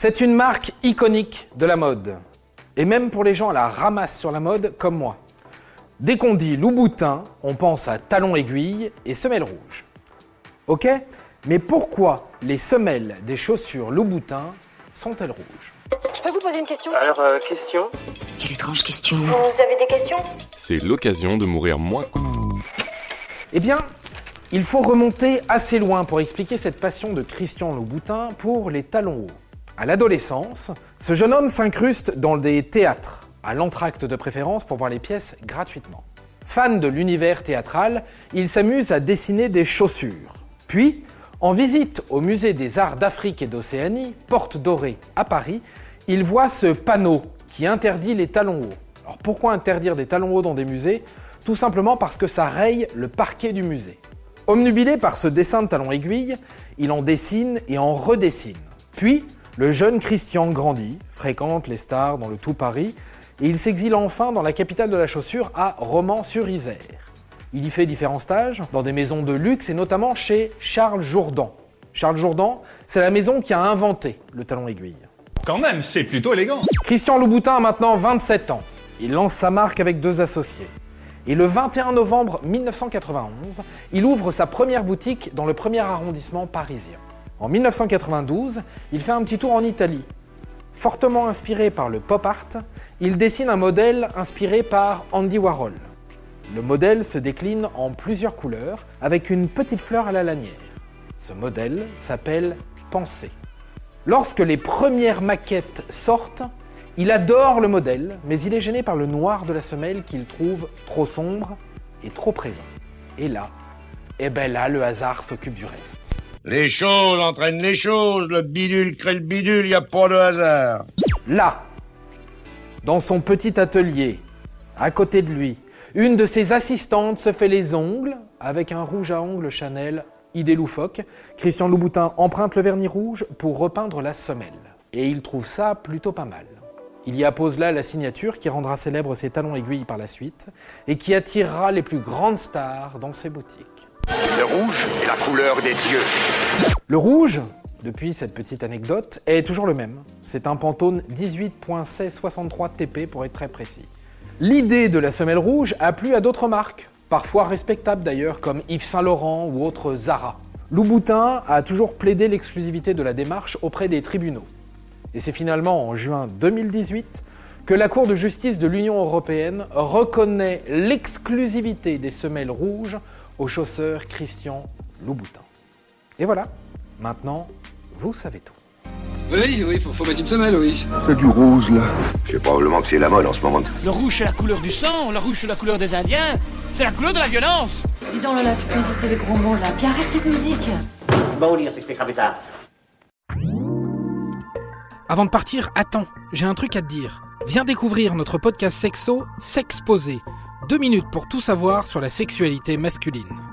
C'est une marque iconique de la mode. Et même pour les gens à la ramasse sur la mode comme moi. Dès qu'on dit Louboutin, on pense à talons aiguilles et semelles rouges. Ok ? Mais pourquoi les semelles des chaussures Louboutin sont-elles rouges ? Je peux vous poser une question ? Alors, question ? Quelle étrange question. Vous avez des questions ? C'est l'occasion de mourir moins. Eh bien, il faut remonter assez loin pour expliquer cette passion de Christian Louboutin pour les talons hauts. À l'adolescence, ce jeune homme s'incruste dans des théâtres, à l'entracte de préférence pour voir les pièces gratuitement. Fan de l'univers théâtral, il s'amuse à dessiner des chaussures. Puis, en visite au musée des arts d'Afrique et d'Océanie, Porte Dorée à Paris, il voit ce panneau qui interdit les talons hauts. Alors pourquoi interdire des talons hauts dans des musées ? Tout simplement parce que ça raye le parquet du musée. Obnubilé par ce dessin de talons aiguilles, il en dessine et en redessine. Puis, le jeune Christian grandit, fréquente les stars dans le tout Paris, et il s'exile enfin dans la capitale de la chaussure à Romans-sur-Isère. Il y fait différents stages dans des maisons de luxe et notamment chez Charles Jourdan. Charles Jourdan, c'est la maison qui a inventé le talon aiguille. Quand même, c'est plutôt élégant. Christian Louboutin a maintenant 27 ans. Il lance sa marque avec 2 associés. Et le 21 novembre 1991, il ouvre sa première boutique dans le 1er arrondissement parisien. En 1992, il fait un petit tour en Italie. Fortement inspiré par le pop art, il dessine un modèle inspiré par Andy Warhol. Le modèle se décline en plusieurs couleurs avec une petite fleur à la lanière. Ce modèle s'appelle Pensée. Lorsque les premières maquettes sortent, il adore le modèle, mais il est gêné par le noir de la semelle qu'il trouve trop sombre et trop présent. Et là, le hasard s'occupe du reste. Les choses entraînent les choses, le bidule crée le bidule, y a pas de hasard. Là, dans son petit atelier, à côté de lui, une de ses assistantes se fait les ongles avec un rouge à ongles Chanel, idée loufoque. Christian Louboutin emprunte le vernis rouge pour repeindre la semelle. Et il trouve ça plutôt pas mal. Il y appose là la signature qui rendra célèbre ses talons aiguilles par la suite et qui attirera les plus grandes stars dans ses boutiques. Le rouge est la couleur des dieux. Le rouge, depuis cette petite anecdote, est toujours le même. C'est un Pantone 18.1663 TP pour être très précis. L'idée de la semelle rouge a plu à d'autres marques, parfois respectables d'ailleurs, comme Yves Saint Laurent ou autres Zara. Louboutin a toujours plaidé l'exclusivité de la démarche auprès des tribunaux. Et c'est finalement en juin 2018 que la Cour de justice de l'Union européenne reconnaît l'exclusivité des semelles rouges au chausseur Christian Louboutin. Et voilà, maintenant, vous savez tout. Oui, faut mettre une semelle, oui. C'est du rouge, là. C'est probablement que c'est la mode en ce moment. Le rouge, c'est la couleur du sang, le rouge, c'est la couleur des Indiens, c'est la couleur de la violence. Dis donc, Lola, tu peux éviter les gros mots, là, puis arrête cette musique. Bon, lire, s'expliquera plus tard. Avant de partir, attends, j'ai un truc à te dire. Viens découvrir notre podcast sexo, S'exposer. 2 minutes pour tout savoir sur la sexualité masculine.